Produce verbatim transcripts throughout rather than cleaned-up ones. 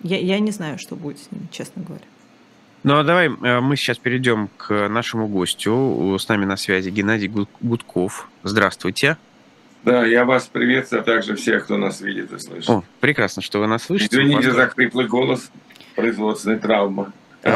Я, я не знаю, что будет с ними, честно говоря. Ну а давай мы сейчас перейдем к нашему гостю. С нами на связи Геннадий Гудков. Здравствуйте. Да, я вас приветствую, а также всех, кто нас видит и слышит. О, прекрасно, что вы нас слышите. Извините за хриплый голос, производственная травма.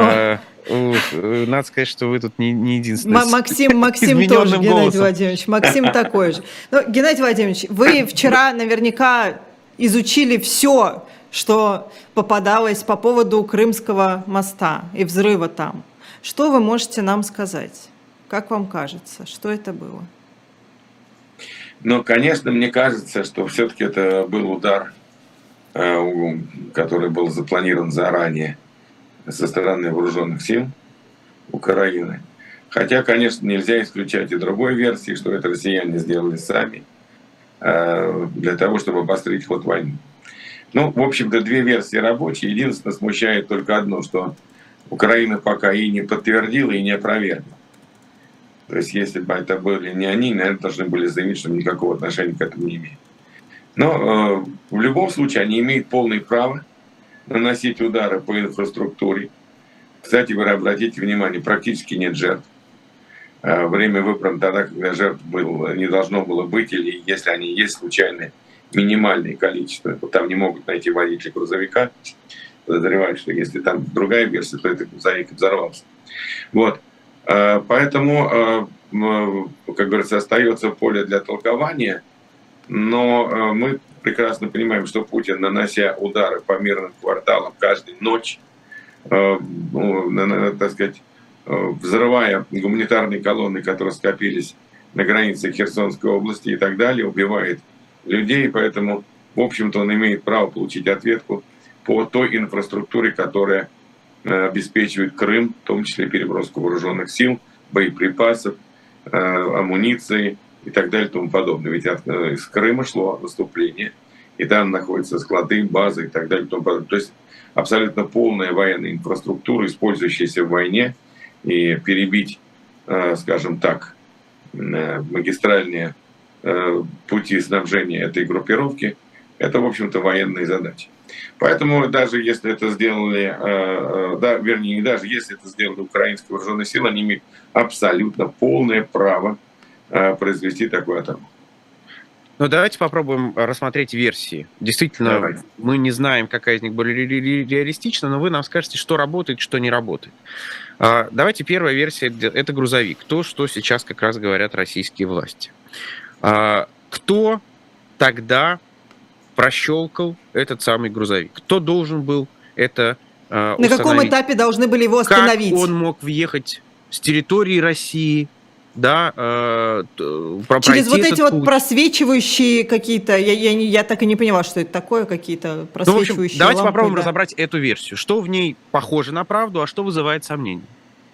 Надо сказать, что вы тут не, не единственный. Максим, Максим тоже, голосом. Геннадий Владимирович. Максим такой же. Но, Геннадий Владимирович, вы вчера наверняка изучили все, что попадалось по поводу Крымского моста и взрыва там. Что вы можете нам сказать? Как вам кажется, что это было? Ну, конечно, мне кажется, что все-таки это был удар, который был запланирован заранее со стороны вооруженных сил Украины. Хотя, конечно, нельзя исключать и другой версии, что это россияне сделали сами для того, чтобы обострить ход войны. Ну, в общем-то, две версии рабочие. Единственное, смущает только одно, что Украина пока и не подтвердила, и не опровергла. То есть, если бы это были не они, наверное, должны были заявить, что никакого отношения к этому не имеют. Но э, в любом случае они имеют полное право наносить удары по инфраструктуре. Кстати, вы обратите внимание, практически нет жертв. Э, время выбрано тогда, когда жертв было, не должно было быть, или если они есть, случайные, минимальное количество. Вот там не могут найти водителя грузовика. Подозревают, что если там другая версия, то этот грузовик взорвался. Вот. Поэтому, как говорится, остается поле для толкования, но мы прекрасно понимаем, что Путин, нанося удары по мирным кварталам каждую ночь, так сказать, взрывая гуманитарные колонны, которые скопились на границе Херсонской области и так далее, убивает людей, поэтому, в общем-то, он имеет право получить ответку по той инфраструктуре, которая обеспечивает Крым, в том числе переброску вооруженных сил, боеприпасов, амуниции и так далее и тому подобное. Ведь от, из Крыма шло наступление, и там находятся склады, базы и так далее и тому подобное. То есть абсолютно полная военная инфраструктура, использующаяся в войне, и перебить, скажем так, магистральные пути снабжения этой группировки, это, в общем-то, военные задачи. Поэтому даже если это сделали, да, вернее, не даже если это сделали украинские вооруженные силы, они имеют абсолютно полное право произвести такую атаку. Ну, давайте попробуем рассмотреть версии. Действительно, давайте. Мы не знаем, какая из них более реалистична, но вы нам скажете, что работает, что не работает. Давайте первая версия – это грузовик. То, что сейчас как раз говорят российские власти. Кто тогда прощелкал этот самый грузовик? Кто должен был это э, На каком этапе должны были его остановить? Как он мог въехать с территории России, да, э, через вот эти путь. Вот просвечивающие какие-то, я, я, я так и не поняла, что это такое, какие-то просвечивающие ну, в общем, давайте лампы, попробуем да. разобрать эту версию. Что в ней похоже на правду, а что вызывает сомнения?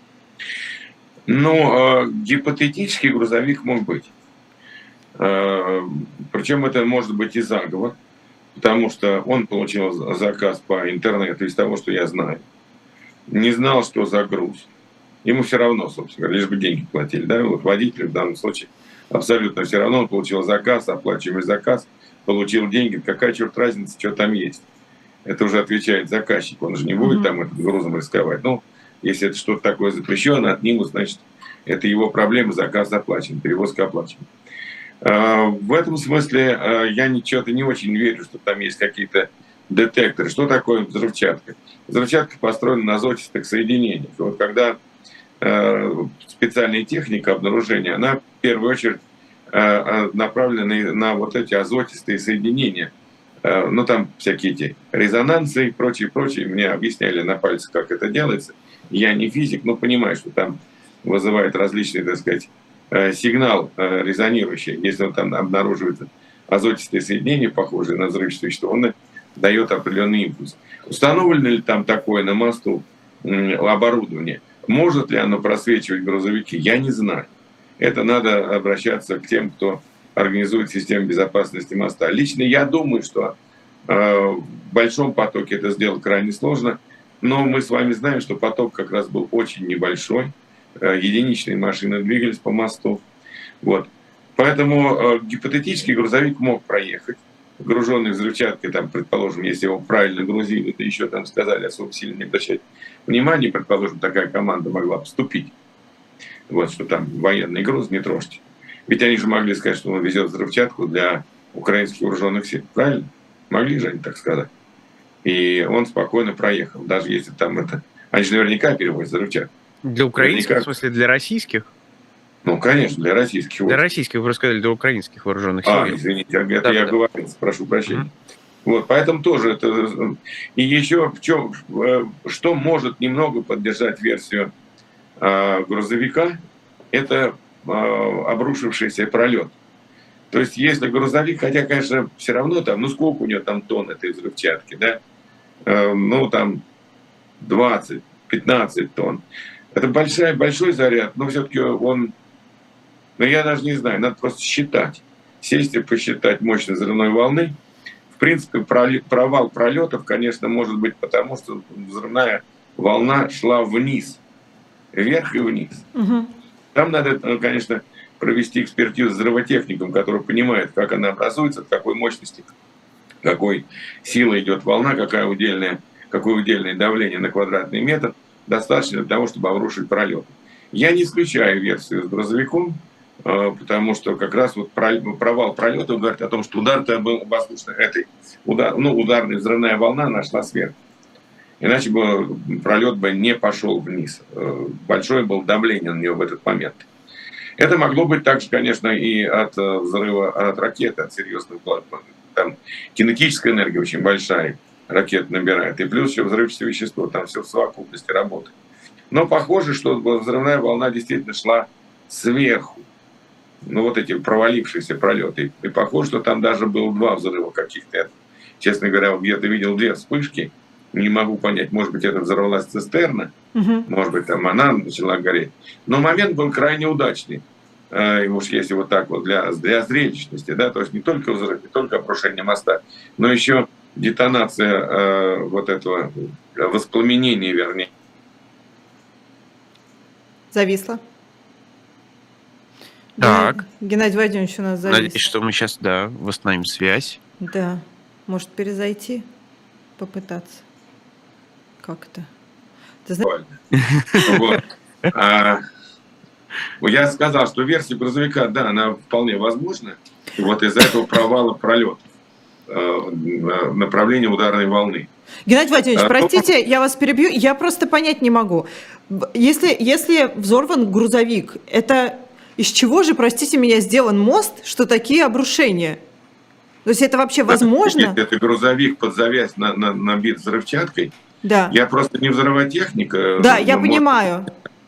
Ну, э, гипотетический грузовик мог быть. Э, причем это может быть и заговор. Потому что он получил заказ по интернету из того, что я знаю. Не знал, что за груз. Ему все равно, собственно, лишь бы деньги платили. Да? Вот водитель в данном случае абсолютно все равно. Он получил заказ, оплачиваемый заказ, получил деньги. Какая черт разница, что там есть? Это уже отвечает заказчик. Он же не будет mm-hmm. там этот грузом рисковать. Ну, если это что-то такое запрещенное, отнимут, значит, это его проблема, заказ оплачен, перевозка оплачена. В этом смысле я ничего-то не очень верю, что там есть какие-то детекторы. Что такое взрывчатка? Взрывчатка построена на азотистых соединениях. И вот когда специальная техника обнаружения, она в первую очередь направлена на вот эти азотистые соединения. Ну там всякие эти резонансы и прочее, прочее. Мне объясняли на пальцах, как это делается. Я не физик, но понимаю, что там вызывает различные, так сказать, сигнал резонирующий, если он там обнаруживает азотистые соединения, похожие на взрывчатые вещества, он дает определенный импульс. Установлено ли там такое на мосту оборудование? Может ли оно просвечивать грузовики? Я не знаю. Это надо обращаться к тем, кто организует систему безопасности моста. Лично я думаю, что в большом потоке это сделать крайне сложно, но мы с вами знаем, что поток как раз был очень небольшой. Единичные машины двигались по мосту. Вот. Поэтому э, гипотетический грузовик мог проехать. груженный взрывчаткой, там, предположим, если его правильно грузили, то еще там сказали особо сильно не обращать внимания, предположим, такая команда могла поступить. Вот, что там военный груз не трожьте. Ведь они же могли сказать, что он везет взрывчатку для украинских вооруженных сил. Правильно? Могли же они так сказать. И он спокойно проехал, даже если там это... Они же наверняка перевозят взрывчатку. Для украинских, наверняка... в смысле, для российских? Ну, конечно, для российских. Для российских, вы рассказали, для украинских вооруженных сил. А, извините, это да, я да. говорил, прошу прощения. Mm-hmm. Вот, поэтому тоже это... И еще в чем, что может немного поддержать версию э, грузовика, это э, обрушившийся пролет. То есть если грузовик, хотя, конечно, все равно там, ну сколько у него там тонн этой взрывчатки, да? Э, ну там двадцать-пятнадцать тонн. Это большой, большой заряд, но все-таки он... Ну я даже не знаю, надо просто считать. Сесть и посчитать мощность взрывной волны. В принципе, провал пролетов, конечно, может быть потому, что взрывная волна шла вниз, вверх и вниз. Угу. Там надо, конечно, провести экспертизу с взрывотехником, который понимает, как она образуется, в какой мощности, какой силой идет волна, какая удельная, какое удельное давление на квадратный метр, достаточно для того, чтобы обрушить пролет. Я не исключаю версию с грузовиком, потому что как раз вот провал пролета говорит о том, что удар-то был воздушный, этой, удар, ну, ударная взрывная волна нашла сверху. Иначе бы пролет бы не пошел вниз. Большое было давление на него в этот момент. Это могло быть также, конечно, и от взрыва, от ракеты, от серьезных там кинетическая энергия очень большая ракета набирает. И плюс еще взрывчатое вещество, там все в совокупности работает. Но похоже, что взрывная волна действительно шла сверху. Ну вот эти провалившиеся пролеты. И похоже, что там даже было два взрыва каких-то. Честно говоря, где-то видел две вспышки. Не могу понять, может быть, это взорвалась цистерна, угу. Может быть, там она начала гореть. Но момент был крайне удачный. И уж если вот так вот для, для зрелищности, да, то есть не только взрыв, не только обрушение моста, но еще детонация э, вот этого воспламенения, вернее. Зависло. Так. Геннадий Владимирович у нас завис. Надеюсь, что мы сейчас, да, восстановим связь. Да. Может, перезайти, попытаться. Как-то. Ты знаешь? Вот. А, я сказал, что версия грузовика, да, она вполне возможна. Вот из-за этого провала пролета направления ударной волны. Геннадий Владимирович, а, простите, я вас перебью. Я просто понять не могу. Если, если взорван грузовик, это из чего же, простите меня, сделан мост, что такие обрушения? То есть это вообще возможно? Если это грузовик под завязь на, на, набит взрывчаткой, да. Я просто не взрывотехник. Да, я мост, понимаю.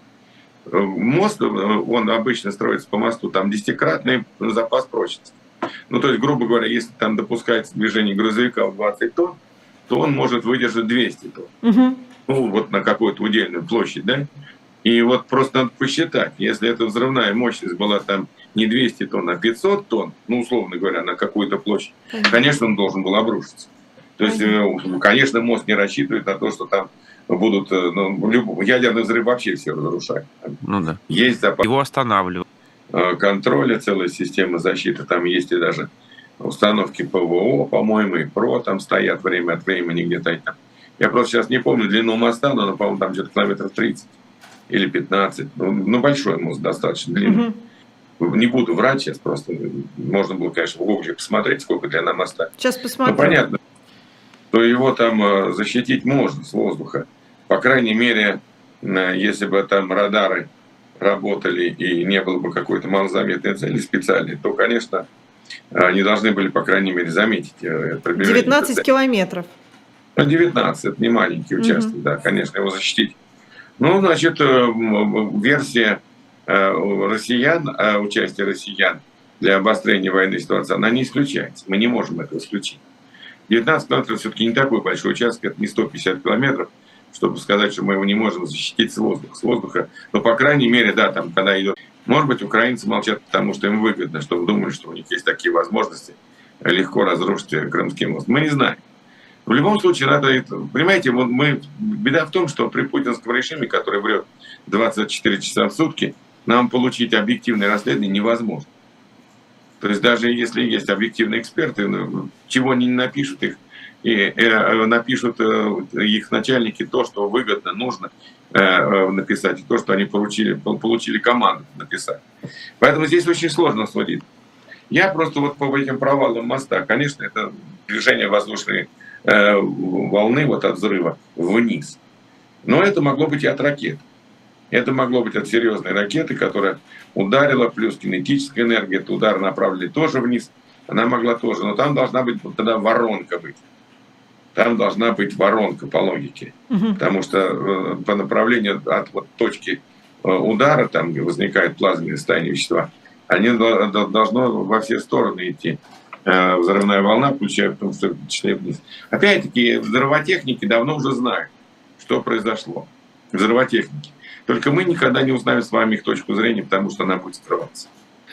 Мост, он обычно строится по мосту, там десятикратный запас прочности. Ну, то есть, грубо говоря, если там допускается движение грузовика в двадцать тонн, то он может выдержать двести тонн. Угу. Ну, вот на какую-то удельную площадь, да? И вот просто надо посчитать, если эта взрывная мощность была там не двести тонн, а пятьсот тонн, ну, условно говоря, на какую-то площадь, конечно, конечно он должен был обрушиться. То есть, конечно. конечно, мост не рассчитывает на то, что там будут, ну, любой, ядерный взрыв вообще все разрушает. Ну да. Есть запас. Его останавливают. Контроля, целая система защиты, там есть и даже установки ПВО, по-моему, и ПРО там стоят время от времени где-то там. Я просто сейчас не помню длину моста, но, по-моему, там где-то километров тридцать или пятнадцать. Ну, ну большой мост, достаточно длинный. Угу. Не буду врать сейчас, просто можно было, конечно, в Гугле посмотреть, сколько длина моста. Сейчас посмотрим. Ну, понятно, то его там защитить можно с воздуха. По крайней мере, если бы там радары работали и не было бы какой-то малозаметной цели специальной, то, конечно, они должны были, по крайней мере, заметить приближение. девятнадцать километров. Ну, девятнадцать, это не маленький участок, угу. Да, конечно, его защитить. Ну, значит, версия россиян, участия россиян для обострения военной ситуации, она не исключается. Мы не можем этого исключить. девятнадцать километров все-таки не такой большой участок, это не сто пятьдесят километров, чтобы сказать, что мы его не можем защитить с воздуха. С воздуха. Но, по крайней мере, да, там, когда идет... Может быть, украинцы молчат, потому что им выгодно, чтобы думали, что у них есть такие возможности легко разрушить Крымский мост. Мы не знаем. В любом случае, надо... Понимаете, вот мы... беда в том, что при путинском режиме, который врет двадцать четыре часа в сутки, нам получить объективное расследование невозможно. То есть даже если есть объективные эксперты, ну, чего они не напишут их, и э, напишут э, их начальники то, что выгодно, нужно э, написать, и то, что они получили, получили команду написать. Поэтому здесь очень сложно судить. Я просто вот по этим провалам моста, конечно, это движение воздушной э, волны вот от взрыва вниз. Но это могло быть и от ракет. Это могло быть от серьезной ракеты, которая ударила, плюс кинетическая энергия, это удар направили тоже вниз. Она могла тоже, но там должна быть вот тогда воронка быть. Там должна быть воронка по логике. Угу. Потому что э, по направлению от вот точки э, удара, там где возникает плазменное состояние вещества, они должно во все стороны идти. Э, взрывная волна, включая в том числе вниз. Опять-таки, взрывотехники давно уже знают, что произошло. Взрывотехники. Только мы никогда не узнаем с вами их точку зрения, потому что она будет скрываться.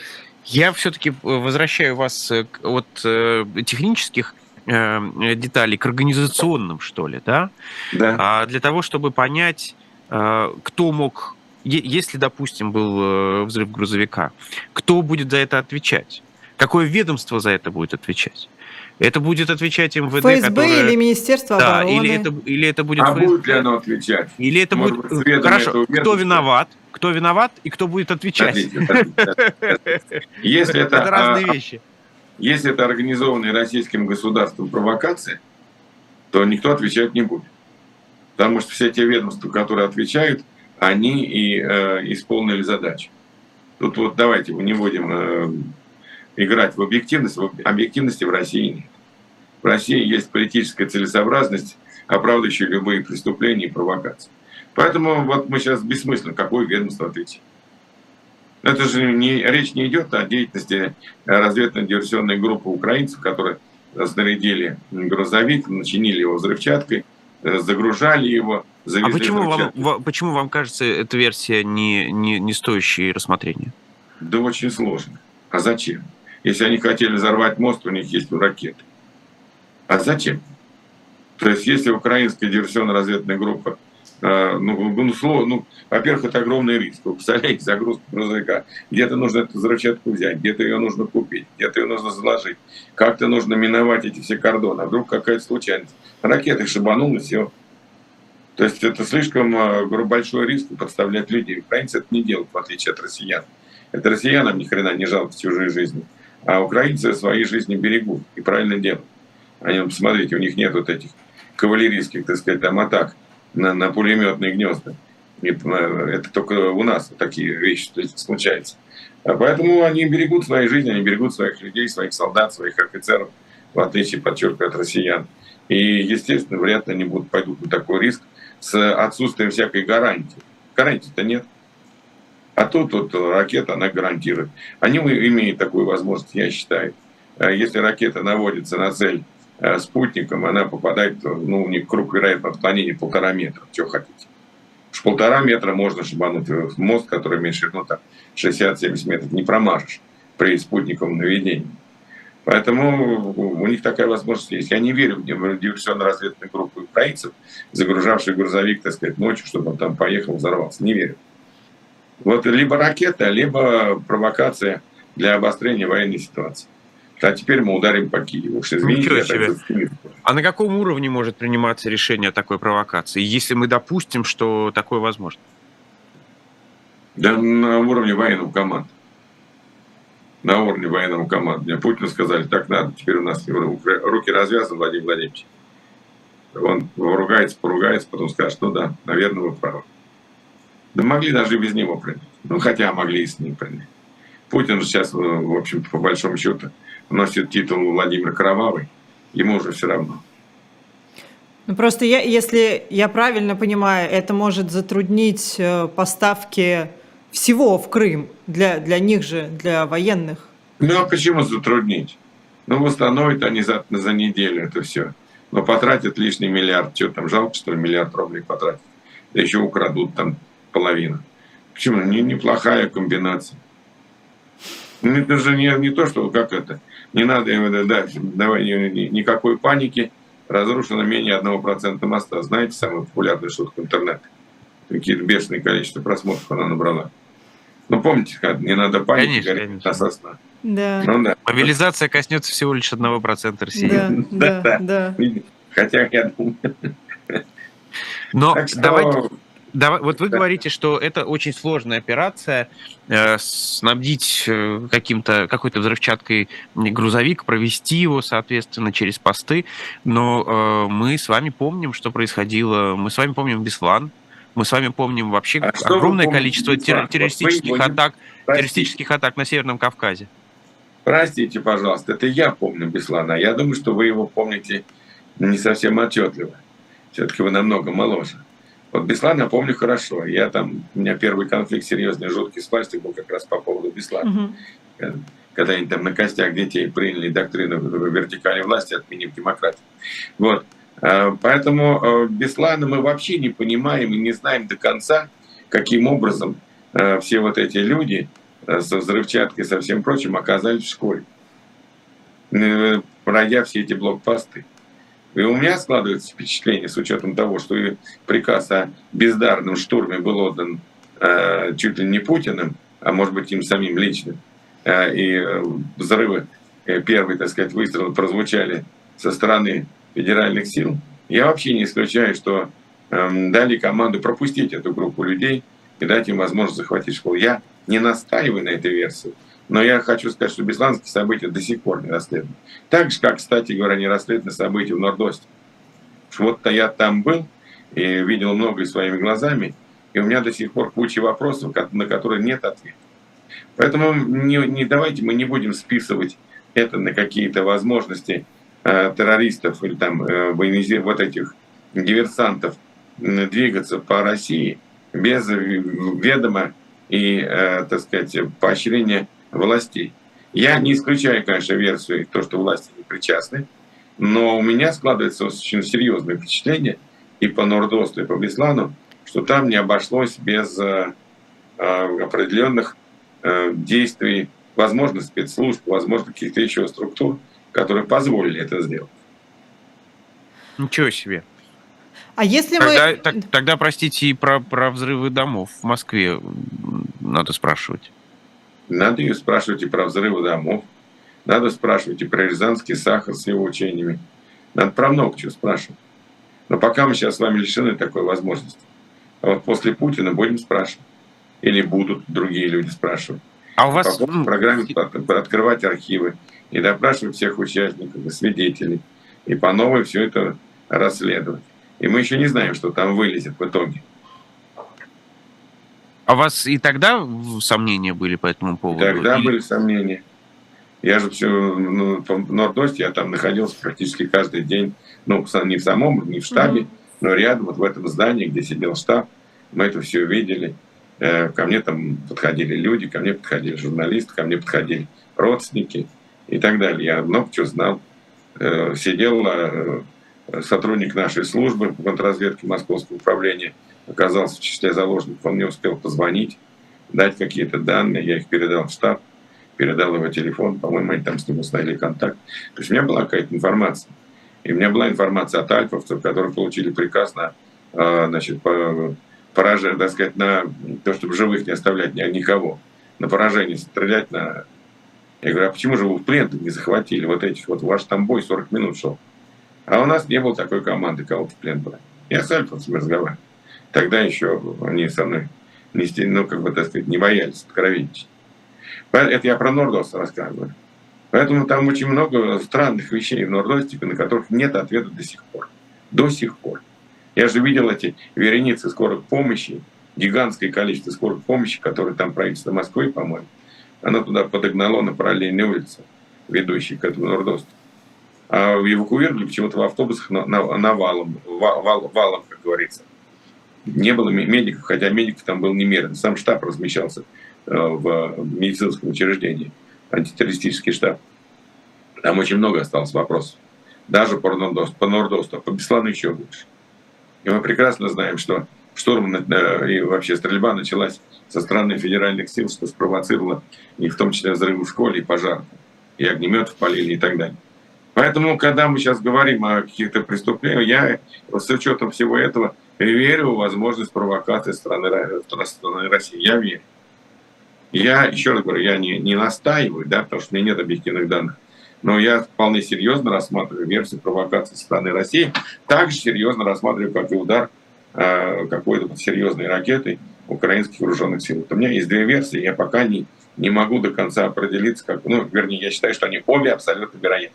Я все-таки возвращаю вас от технических деталей к организационным, что ли, да? Да. А для того, чтобы понять, кто мог, если, допустим, был взрыв грузовика, кто будет за это отвечать? Какое ведомство за это будет отвечать? Это будет отвечать МВД, ФСБ которое... или Министерство да, обороны? Или это, или это будет а ФСБ? Будет ли оно отвечать? Или это Может будет... быть, Хорошо, кто виноват? Кто виноват и кто будет отвечать? Подождите, подождите. Если это, это разные вещи. Если это организованная российским государством провокация, то никто отвечать не будет. Потому что все те ведомства, которые отвечают, они и э, исполнили задачу. Тут вот давайте мы не будем э, играть в объективность. В объективности в России нет. В России есть политическая целесообразность, оправдывающая любые преступления и провокации. Поэтому вот мы сейчас бессмысленно, какое ведомство ответить. Это же не, речь не идет о деятельности разведывательно-диверсионной группы украинцев, которые снарядили грузовик, начинили его взрывчаткой, загружали его, завезли. А почему вам, почему вам кажется эта версия не, не, не стоящей рассмотрения? Да очень сложно. А зачем? Если они хотели взорвать мост, у них есть ракеты. А зачем? То есть если украинская диверсионно-разведывательная группа, э, ну, ну, ну, во-первых, это огромный риск. Вы представляете, загрузка грузовика. Где-то нужно эту взрывчатку взять, где-то ее нужно купить, где-то ее нужно заложить. Как-то нужно миновать эти все кордоны. А вдруг какая-то случайность. Ракеты шибанул и все. То есть это слишком э, большой риск подставлять людей. Украинцы это не делают, в отличие от россиян. Это россиянам ни хрена не жалко чужие жизни. А украинцы свои жизни берегут и правильно делают. Они, посмотрите, у них нет вот этих кавалерийских, так сказать, там атак на, на пулеметные гнезда. Это, это только у нас такие вещи случаются. А поэтому они берегут свои жизни, они берегут своих людей, своих солдат, своих офицеров, в отличие, подчеркиваю, от россиян. И, естественно, вряд ли они будут пойдут на такой риск с отсутствием всякой гарантии. Гарантии-то нет. А тут вот ракета, она гарантирует. Они имеют такую возможность, я считаю. Если ракета наводится на цель спутником, она попадает, ну, у них круг вероятного отклонения полтора метра. Что хотите? Уж полтора метра можно шибануть в мост, который имеет ширину там шестьдесят-семьдесят метров. Не промажешь при спутниковом наведении. Поэтому у них такая возможность есть. Я не верю в диверсионно-разведывательную группу украинцев, загружавший грузовик, так сказать, ночью, чтобы он там поехал, взорвался. Не верю. Вот либо ракета, либо провокация для обострения военной ситуации. А теперь мы ударим по Киеву. Уж извините, я так сказать. А на каком уровне может приниматься решение о такой провокации, если мы допустим, что такое возможно? Да на уровне военного команды. На уровне военного команды. Путину сказали, так надо, теперь у нас руки развязаны, Владимир Владимирович. Он ругается, поругается, потом скажет, ну да, наверное, вы правы. Да могли даже без него принять. Ну, хотя могли и с ним принять. Путин же сейчас, в общем-то, по большому счету, носит титул Владимир Кровавый. Ему уже все равно. Ну, просто я, если я правильно понимаю, это может затруднить поставки всего в Крым для, для них же, для военных. Ну, а почему затруднить? Ну, восстановят они за, за неделю это все. Но потратят лишний миллиард. Что там, жалко, что ли, миллиард рублей потратить? Да еще украдут там половину. Почему? Не, неплохая комбинация. Ну, это же не, не то, что как это. Не надо, да, давай, никакой паники. Разрушено менее одного процента моста. Знаете, самая популярная шутка в интернете? Какие-то бешеное количество просмотров она набрала. Ну, помните, как не надо паники, Конечно, горит конечно. сосна. Да. Ну, да. Мобилизация коснется всего лишь одного процента россиян. Да, да, да. Хотя я думаю... Но Так что- давайте... Давай, вот вы Да. говорите, что это очень сложная операция, э, снабдить э, каким-то, какой-то взрывчаткой грузовик, провести его, соответственно, через посты. Но э, мы с вами помним, что происходило. Мы с вами помним Беслан. Мы с вами помним вообще А что вы огромное помните количество Беслан? терр- Вот террористических вы его не- атак, Простите. террористических атак на Северном Кавказе. Простите, пожалуйста, это я помню Беслана. Я думаю, что вы его помните не совсем отчетливо. Все-таки вы намного моложе. Вот Беслана я помню хорошо. Я там, у меня первый конфликт серьезный, жуткий с властью был как раз по поводу Беслана. Мгм. Когда они там на костях детей приняли доктрину вертикали власти, отменив демократию. Вот. А, Поэтому э, Беслана мы вообще не понимаем и не знаем до конца, каким образом э, все вот эти люди э, со взрывчаткой и со всем прочим оказались в школе, э, пройдя все эти блокпосты. И у меня складывается впечатление, с учетом того, что и приказ о бездарном штурме был отдан э, чуть ли не Путиным, а может быть им самим личным, э, и э, взрывы, э, первые, так сказать, выстрелы прозвучали со стороны федеральных сил. Я вообще не исключаю, что э, дали команду пропустить эту группу людей и дать им возможность захватить школу. Я не настаиваю на этой версии, но я хочу сказать, что бесланские события до сих пор не расследованы. Так же, как, кстати говоря, не расследованы события в Норд-Осте. Вот-то я там был и видел многое своими глазами, и у меня до сих пор куча вопросов, на которые нет ответа. Поэтому не, не давайте мы не будем списывать это на какие-то возможности э, террористов или там э, военизи- вот этих диверсантов э, двигаться по России без ведома и, э, так сказать, поощрения властей. Я не исключаю, конечно, версию, то, что власти не причастны, но у меня складывается очень серьезное впечатление и по Норд-Осту, и по Беслану, что там не обошлось без э, э, определенных э, действий, возможно, спецслужб, возможно, каких-то еще структур, которые позволили это сделать. Ничего себе. А если Тогда, мы... так- тогда, простите, и про, про взрывы домов в Москве м, надо спрашивать. Надо ее спрашивать и про взрывы домов, надо спрашивать и про Рязанский сахар с его учениями. Надо про много чего спрашивать. Но пока мы сейчас с вами лишены такой возможности. А вот после Путина будем спрашивать. Или будут другие люди спрашивать. А у вас... По полной м, программе от- открывать архивы и допрашивать всех участников и свидетелей. И по новой все это расследовать. И мы еще не знаем, что там вылезет в итоге. А у вас и тогда в- сомнения были по этому поводу? Тогда Или- были сомнения. Я же все, ну, в Норд-Осте я там находился практически каждый день. Ну, не в самом, не в штабе, Мгм. но рядом, вот в этом здании, где сидел штаб. Мы это все видели. Э, Ко мне там подходили люди, ко мне подходили журналисты, ко мне подходили родственники и так далее. Я много чего знал. Э, Сидел э, сотрудник нашей службы контрразведки Московского управления, оказался в числе заложников. Он мне успел позвонить, дать какие-то данные. Я их передал в штаб, передал его телефон. По-моему, они там с ним установили контакт. То есть у меня была какая-то информация. И у меня была информация от альфовцев, которые получили приказ на, э, значит, по- поражение, так сказать, на то, чтобы живых не оставлять ни- никого, на поражение стрелять на... Я говорю, а почему же вы в плен не захватили вот этих вот? Ваш там бой сорок минут шел. А у нас не было такой команды, кого-то в плен брать. Я с альфовцами разговаривал. Тогда еще они со мной, не, ну, как бы, так сказать, не боялись откровенничать. Это я про Норд-Ост рассказываю. Поэтому там очень много странных вещей в Норд-Осте, на которых нет ответа до сих пор. До сих пор. Я же видел эти вереницы скорой помощи, гигантское количество скорой помощи, которые там правительство Москвы, по-моему, оно туда подогнало на параллельной улице, ведущей к этому Норд-Осту. А эвакуировали почему-то в автобусах на- на- навалом, ва- вал- валом, как говорится. Не было медиков, хотя медиков там был немерено. Сам штаб размещался э, в медицинском учреждении, антитеррористический штаб. Там очень много осталось вопросов. Даже по Норд-Осту, по Норд-Осту, по Беслану еще больше. И мы прекрасно знаем, что штурм э, и вообще стрельба началась со стороны федеральных сил, что спровоцировало и в том числе взрывы в школе, и пожар, и огнеметов полили и так далее. Поэтому, когда мы сейчас говорим о каких-то преступлениях, я с учетом всего этого верю в возможность провокации страны, страны России. Я верю. Я, еще раз говорю, я не, не настаиваю, да, потому что у меня нет объективных данных, но я вполне серьезно рассматриваю версию провокации со стороны России, так же серьезно рассматриваю, как и удар э, какой-то серьезной ракетой украинских вооруженных сил. Вот у меня есть две версии, я пока не, не могу до конца определиться, как, ну, вернее, я считаю, что они обе абсолютно вероятны.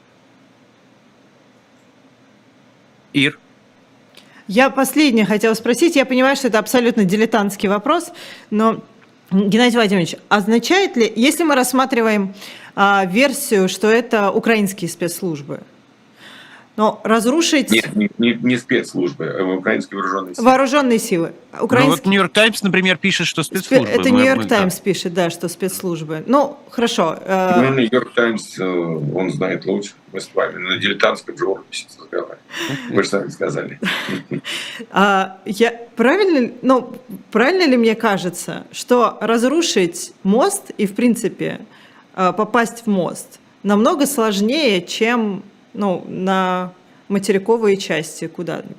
Ир? Я последнее хотела спросить. Я понимаю, что это абсолютно дилетантский вопрос, но, Геннадий Владимирович, означает ли, если мы рассматриваем а, версию, что это украинские спецслужбы, но разрушить... Нет, не, не, не спецслужбы, а украинские вооруженные силы. Вооруженные силы. Украинские... Ну вот Нью-Йорк Таймс, например, пишет, что спецслужбы. Это мы, Нью-Йорк мы, Таймс да. пишет, да, что спецслужбы. Ну, хорошо. Э... Ну, Нью-Йорк Таймс, он знает лучше. Мы с вами на дилетантском же уровне сейчас разговариваем. Вы же сами сказали. А, я, правильно, ну, правильно ли мне кажется, что разрушить мост и, в принципе, попасть в мост намного сложнее, чем, ну, на материковые части куда-либо?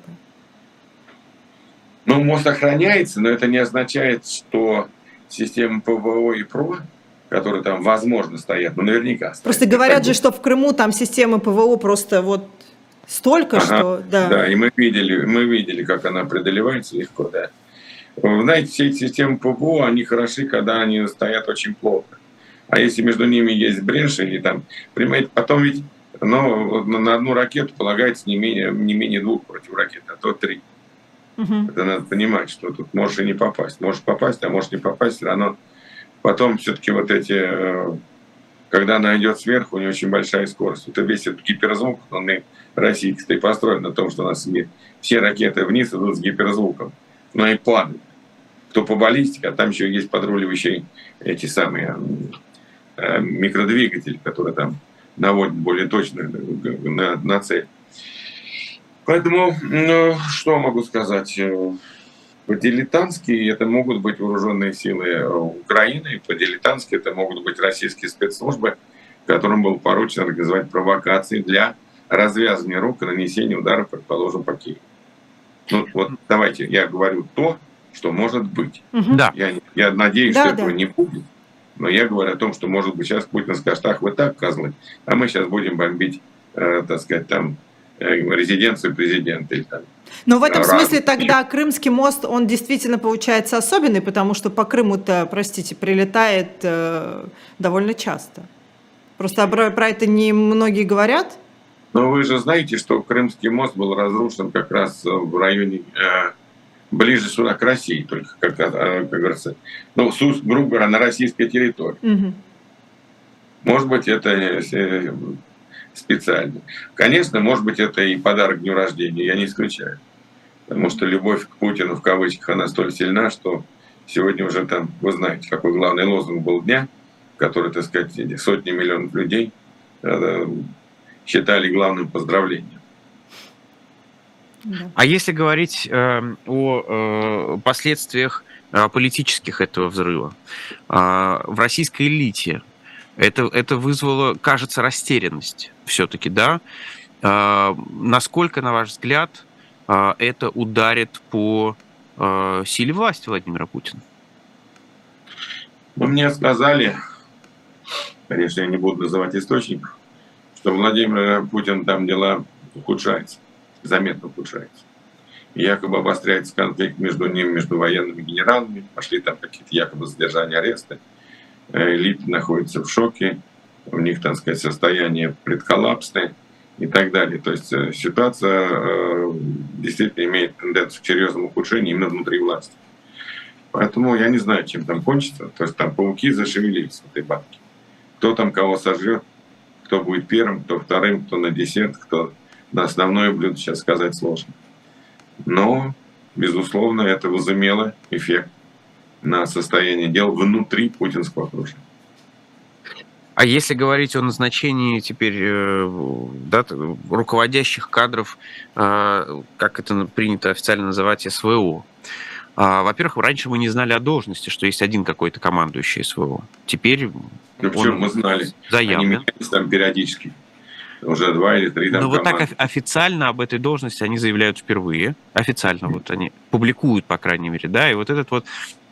Ну, мост охраняется, но это не означает, что система ПВО и ПРО, которые там, возможно, стоят, но наверняка стоят. Просто говорят же, что в Крыму там системы ПВО просто вот столько, ага, что... Да, да, и мы видели, мы видели, как она преодолевается легко, да. Вы знаете, все эти системы ПВО, они хороши, когда они стоят очень плотно. А если между ними есть брешь или там... Понимаете, потом ведь ну, на одну ракету полагается не менее, не менее двух противоракет, а то три. Uh-huh. Это надо понимать, что тут можешь и не попасть. Можешь попасть, а можешь не попасть, все равно потом все-таки вот эти, когда она идет сверху, у нее очень большая скорость. Это весь этот гиперзвук, он и российский построен на том, что у нас все ракеты вниз идут с гиперзвуком, но и плавают. Кто по баллистике, а там еще есть подруливающие эти самые микродвигатели, которые там наводят более точно на, на цель. Поэтому, ну, что могу сказать? По-дилетантски это могут быть вооруженные силы Украины, по-дилетантски это могут быть российские спецслужбы, которым было поручено организовать провокации для развязывания рук и нанесения ударов, предположим, по Киеву. Ну, вот давайте я говорю то, что может быть. Угу. Да. Я, я надеюсь, да, что да. этого не будет. Но я говорю о том, что, может быть, сейчас Путин скажет: ах, вы так, козлы, а мы сейчас будем бомбить, э, так сказать, там, э, резиденцию президента. Или, там, Но в этом рад. смысле тогда Крымский мост, он действительно получается особенный, потому что по Крыму-то, простите, прилетает э, довольно часто. Просто про, про это не многие говорят. Но вы же знаете, что Крымский мост был разрушен как раз в районе... Э, ближе сюда к России, только, как, как говорится, ну, грубо говоря, на российской территории. Угу. Может быть, это специально. Конечно, может быть, это и подарок к дню рождения, я не исключаю. Потому что любовь к Путину, в кавычках, она столь сильна, что сегодня уже там, вы знаете, какой главный лозунг был дня, который, так сказать, сотни миллионов людей считали главным поздравлением. А если говорить э, о э, последствиях э, политических этого взрыва, э, в российской элите это, это вызвало, кажется, растерянность все-таки, да? Э, насколько, на ваш взгляд, э, это ударит по э, силе власти Владимира Путина? Ну, мне сказали, конечно, я не буду называть источников, что Владимир Путин там дела ухудшаются. Заметно ухудшается. И якобы обостряется конфликт между ними, между военными генералами. Пошли там какие-то якобы задержания, аресты. Элита находится в шоке. У них, так сказать, состояние предколлапсное и так далее. То есть ситуация э, действительно имеет тенденцию к серьезному ухудшению именно внутри власти. Поэтому я не знаю, чем там кончится. То есть там пауки зашевелились в этой банке. Кто там кого сожрет, кто будет первым, кто вторым, кто на десерт, кто на основное блюдо, сейчас сказать сложно. Но, безусловно, это возымело эффект на состояние дел внутри путинского окружения. А если говорить о назначении теперь да, руководящих кадров, как это принято официально называть, СВО, во-первых, раньше мы не знали о должности, что есть один какой-то командующий СВО. Теперь ну, он мы знали. Заявлен. Они менялись там периодически. Уже два или три там Но команды. Вот так официально об этой должности они заявляют впервые. Официально вот они публикуют, по крайней мере, да, и вот этот вот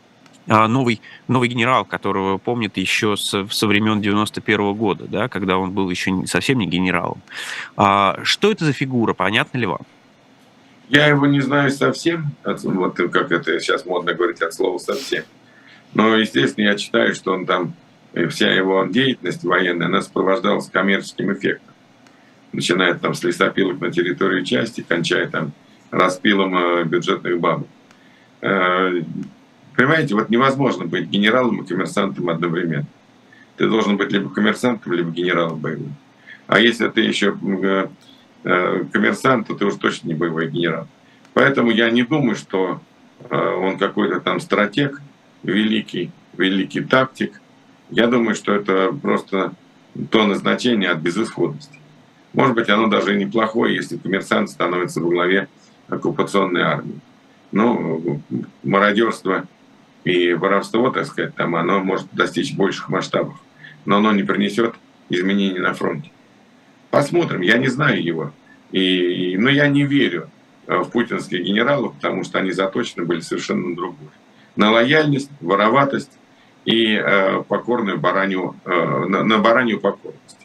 новый, новый генерал, которого помнят еще со, со времен девяносто первого года, да, когда он был еще не, совсем не генералом. А, что это за фигура, понятно ли вам? Я его не знаю совсем, вот как это сейчас модно говорить от слова «совсем». Но, естественно, я читаю, что он там, вся его деятельность военная, она сопровождалась коммерческим эффектом. Начиная там с лесопилок на территории части, кончая там распилом бюджетных бабок. Понимаете, вот невозможно быть генералом и коммерсантом одновременно. Ты должен быть либо коммерсантом, либо генералом боевым. А если ты еще коммерсант, то ты уж точно не боевой генерал. Поэтому я не думаю, что он какой-то там стратег, великий, великий тактик. Я думаю, что это просто то назначение от безысходности. Может быть, оно даже и неплохое, если коммерсант становится во главе оккупационной армии. Ну, мародерство и воровство, так сказать, там оно может достичь больших масштабов, но оно не принесет изменений на фронте. Посмотрим, я не знаю его, и, но я не верю в путинских генералов, потому что они заточены были совершенно на другое. На лояльность, вороватость и э, покорную баранью, э, на, на баранью покорность.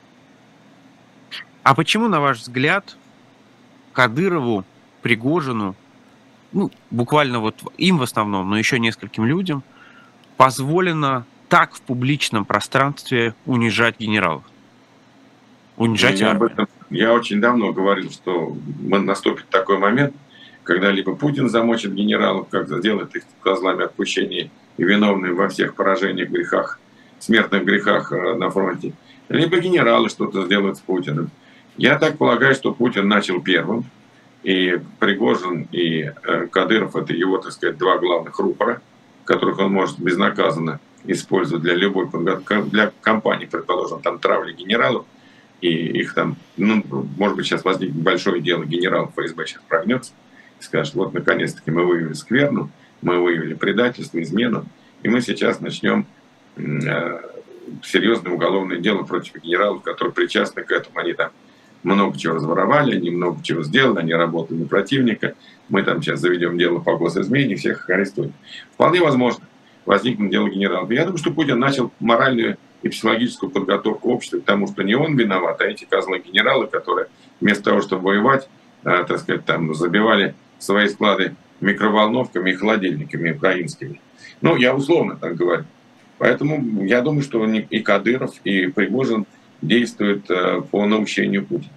А почему, на ваш взгляд, Кадырову, Пригожину, ну, буквально вот им в основном, но еще нескольким людям, позволено так в публичном пространстве унижать генералов? Унижать я, армию? об этом, я очень давно говорил, что наступит такой момент, когда либо Путин замочит генералов, как сделает их козлами отпущения и виновные во всех поражениях, грехах, смертных грехах на фронте, либо генералы что-то сделают с Путиным. Я так полагаю, что Путин начал первым, и Пригожин, и Кадыров — это его, так сказать, два главных рупора, которых он может безнаказанно использовать для любой подготовки, для кампании, предположим, там травли генералов, и их там, ну, может быть, сейчас возникнет большое дело, генерал ФСБ сейчас прогнется и скажет: вот, наконец-таки мы выявили скверну, мы выявили предательство, измену, и мы сейчас начнем э, серьезное уголовное дело против генералов, которые причастны к этому. Они там много чего разворовали, они много чего сделали, они работали на противника, мы там сейчас заведем дело по госизмене, всех их арестуем. Вполне возможно возникнет дело генералов. Я думаю, что Путин начал моральную и психологическую подготовку общества к тому, что не он виноват, а эти козлы-генералы, которые вместо того, чтобы воевать, э, так сказать, там забивали свои склады микроволновками и холодильниками украинскими. Ну, я условно так говорю. Поэтому я думаю, что и Кадыров, и Пригожин действуют э, по наущению Путина.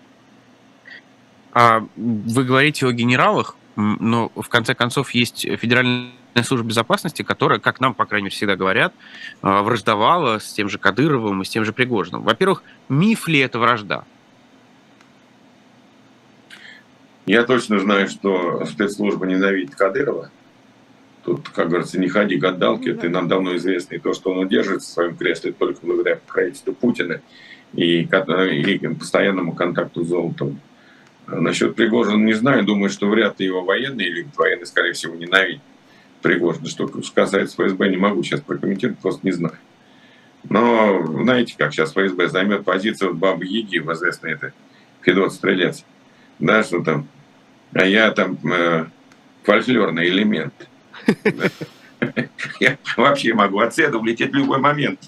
А вы говорите о генералах, но в конце концов есть Федеральная служба безопасности, которая, как нам, по крайней мере, всегда говорят, враждовала с тем же Кадыровым и с тем же Пригожиным. Во-первых, миф ли это вражда? Я точно знаю, что спецслужба ненавидит Кадырова. Тут, как говорится, не ходи гадалки. Это нам давно известно. И то, что он удерживается в своем кресле только благодаря покровительству Путина и, и постоянному контакту с золотом. Насчет Пригожина не знаю. Думаю, что вряд ли его военные любят. Военные, скорее всего, ненавидят Пригожина. Что касается ФСБ, не могу сейчас прокомментировать, просто не знаю. Но знаете, как сейчас ФСБ займет позицию Бабы-Яги, в известной это Федот-стрелец. Да, что там, а я там э, фольклорный элемент. Я вообще могу от седа улететь в любой момент.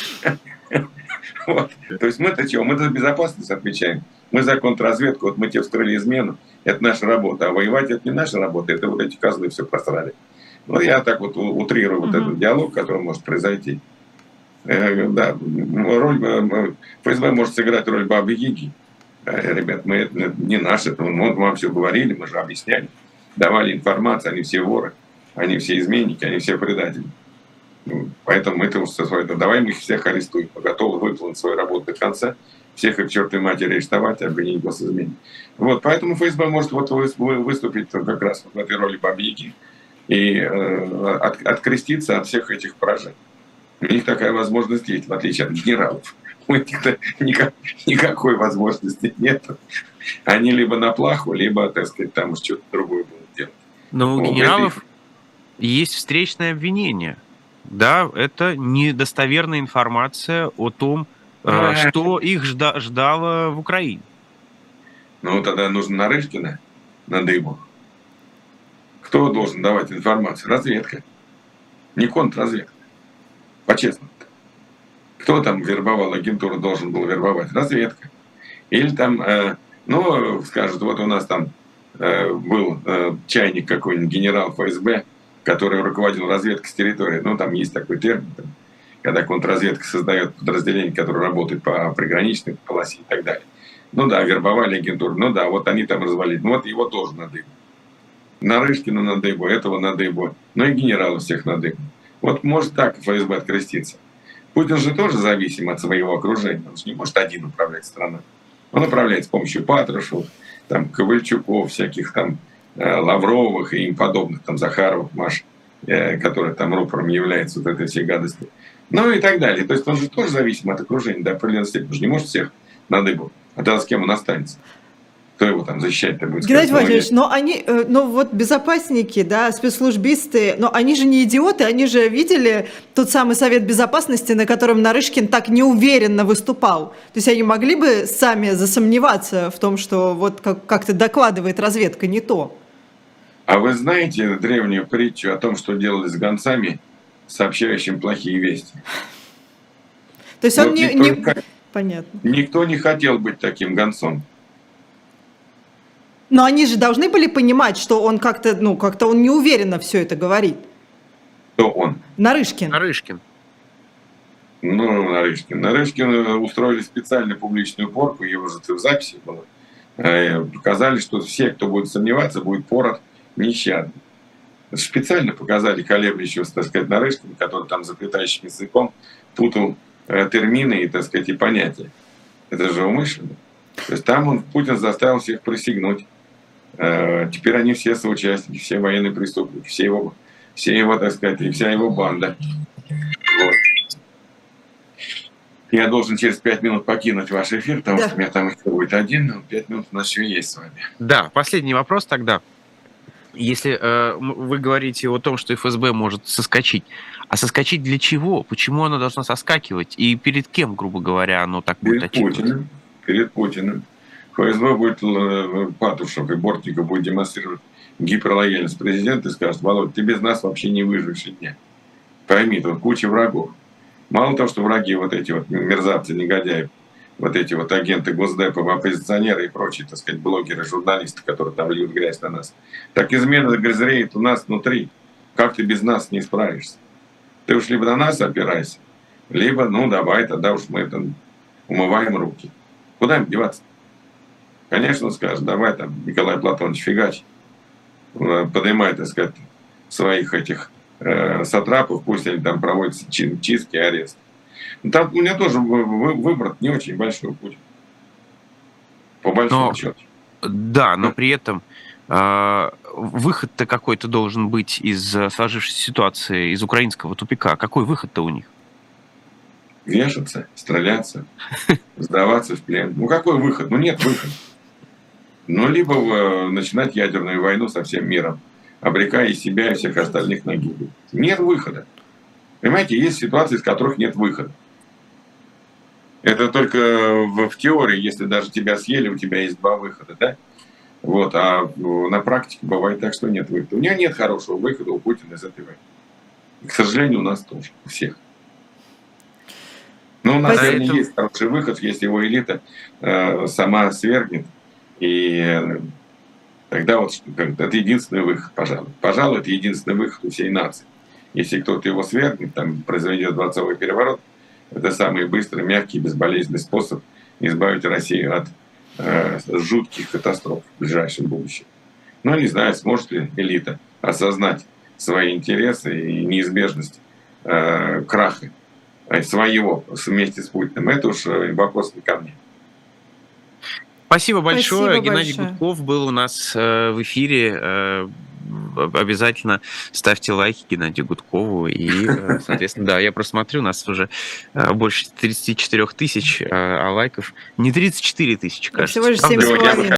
Вот. То есть мы-то чего? Мы за безопасность отвечаем. Мы за контрразведку. Вот мы тебе встроили измену. Это наша работа. А воевать — это не наша работа. Это вот эти козлы все просрали. Ну, я так вот утрирую вот этот диалог, который может произойти. Э, да, роль, э, ФСБ может сыграть роль Бабы-Яги. Э, ребят, мы это не наше. Это, мы вам все говорили, мы же объясняли. Давали информацию, они все воры. Они все изменники, они все предатели. Поэтому мы-то давай мы их всех арестуем. Мы готовы выполнить свою работу до конца, всех их к чертовой матери арестовать и обвинить в госизмене. Вот, поэтому ФСБ может вот выступить как раз в этой роли Бабы-Яги и э, от, откреститься от всех этих поражений. У них такая возможность есть, в отличие от генералов. У них-то никак, никакой возможности нет. Они либо на плаху, либо, так сказать, там что-то другое будут делать. Но у вот генералов эти... есть встречное обвинение. Да, это недостоверная информация о том, а... что их жда- ждало в Украине. Ну, тогда нужно Нарышкина на дыбу. Кто должен давать информацию? Разведка. не контрразведка. По-честному. Кто там вербовал агентуру, должен был вербовать? Разведка. Или там, э, ну, скажут, вот у нас там э, был э, чайник какой-нибудь, генерал эф эс бэ, который руководил разведкой с территории. Ну, там есть такой термин, там, когда контрразведка создает подразделение, которое работает по приграничной полосе и так далее. Ну да, вербовали агентуру. Ну да, вот они там развалили. Ну вот его тоже на дыбу. Нарышкина на дыбу, этого на дыбу. Ну и генералов всех на дыбу. Вот может так эф эс бэ откреститься. Путин же тоже зависим от своего окружения. Он же не может один управлять страной. Он управляет с помощью Патрушева, там, Ковальчуков, всяких там э, Лавровых и им подобных, там, Захаровых, Маш, э, который там рупором является вот этой всей гадости. Ну и так далее. То есть он же тоже зависим от окружения до определенной степени. Он же не может всех на дыбу. А тогда с кем он останется? Кто его там защищать-то будет? Геннадий Владимирович, но они, ну вот безопасники, да, спецслужбисты, но они же не идиоты, они же видели тот самый Совет Безопасности, на котором Нарышкин так неуверенно выступал. То есть они могли бы сами засомневаться в том, что вот как- как-то докладывает разведка не то. А вы знаете древнюю притчу о том, что делали с гонцами, сообщающими плохие вести? То есть он Вот не... никто, не- не хот- Понятно. никто не хотел быть таким гонцом. Но они же должны были понимать, что он как-то, ну, как-то он неуверенно все это говорит. Кто он? Нарышкин. Нарышкин. Ну, Нарышкин. Нарышкин устроили специальную публичную порку, его же в записи было. Э, Показали, что все, кто будет сомневаться, будет порот нещадный. Специально показали колеблющегося, так сказать, Нарышкина, который там заплетающим языком путал э, термины и, так сказать, и понятия. Это же умышленно. То есть там он, Путин заставил всех присягнуть. Э, Теперь они все соучастники, все военные преступники, все его, все его, так сказать, и вся его банда. Вот. Я должен через пять минут покинуть ваш эфир, потому Да. что у меня там еще будет один, но пять минут у нас еще есть с вами. Да, последний вопрос тогда. Если э, м- вы говорите о том, что эф эс бэ может соскочить, а соскочить для чего? Почему оно должно соскакивать? И перед кем, грубо говоря, оно так будет Перед отчитываться? Путиным. Перед Путиным. эф эс бэ будет, э, Патрушев и Бортников будет демонстрировать гиперлояльность президента и скажет: Володь, ты без нас вообще не выживешь и дня. Пойми, тут куча врагов. Мало того, что враги вот эти вот мерзавцы, негодяи, вот эти вот агенты Госдепа, оппозиционеры и прочие, так сказать, блогеры, журналисты, которые там льют грязь на нас, так измена грязреет у нас внутри. Как ты без нас не справишься? Ты уж либо на нас опирайся, либо, ну, давай, тогда уж мы там умываем руки. Куда им деваться? Конечно, скажет: давай там, Николай Платонович, фигач, поднимай, так сказать, своих этих э, сатрапов, пусть они там проводят чи- чистки и арест. Там у меня тоже вы- вы- выбор не очень большой будет. По большому Но- счету. Да, но при этом э, выход-то какой-то должен быть из э, сложившейся ситуации, из украинского тупика. Какой выход-то у них? Вешаться, стреляться, сдаваться в плен. Ну какой выход? Ну нет выхода. Ну либо э, начинать ядерную войну со всем миром, обрекая и себя, и всех остальных на гибель. Нет выхода. Понимаете, есть ситуации, из которых нет выхода. Это только в, в теории, если даже тебя съели, у тебя есть два выхода, да? Вот, а в- на практике бывает так, что нет выхода. У меня нет хорошего выхода у Путина из этой войны. И, к сожалению, у нас тоже, у всех. Но у нас Спасибо. сегодня есть хороший выход, если его элита э, сама свергнет. И э, тогда вот как, это единственный выход, пожалуй. Пожалуй, это единственный выход у всей нации. Если кто-то его свергнет, там произведет дворцовый переворот, это самый быстрый, мягкий, безболезненный способ избавить Россию от э, жутких катастроф в ближайшем будущем. Но не знаю, сможет ли элита осознать свои интересы и неизбежность э, краха э, своего вместе с Путиным. Это уж э, вопрос не ко мне. Спасибо большое. Спасибо Геннадий большое. Гудков был у нас э, в эфире. Э, обязательно ставьте лайки Геннадию Гудкову. И, э, соответственно, да, я просто смотрю, у нас уже э, больше тридцать четыре тысяч, э, а лайков не тридцать четыре тысячи, кажется. Всего лишь Правда? семь с Я бы половиной.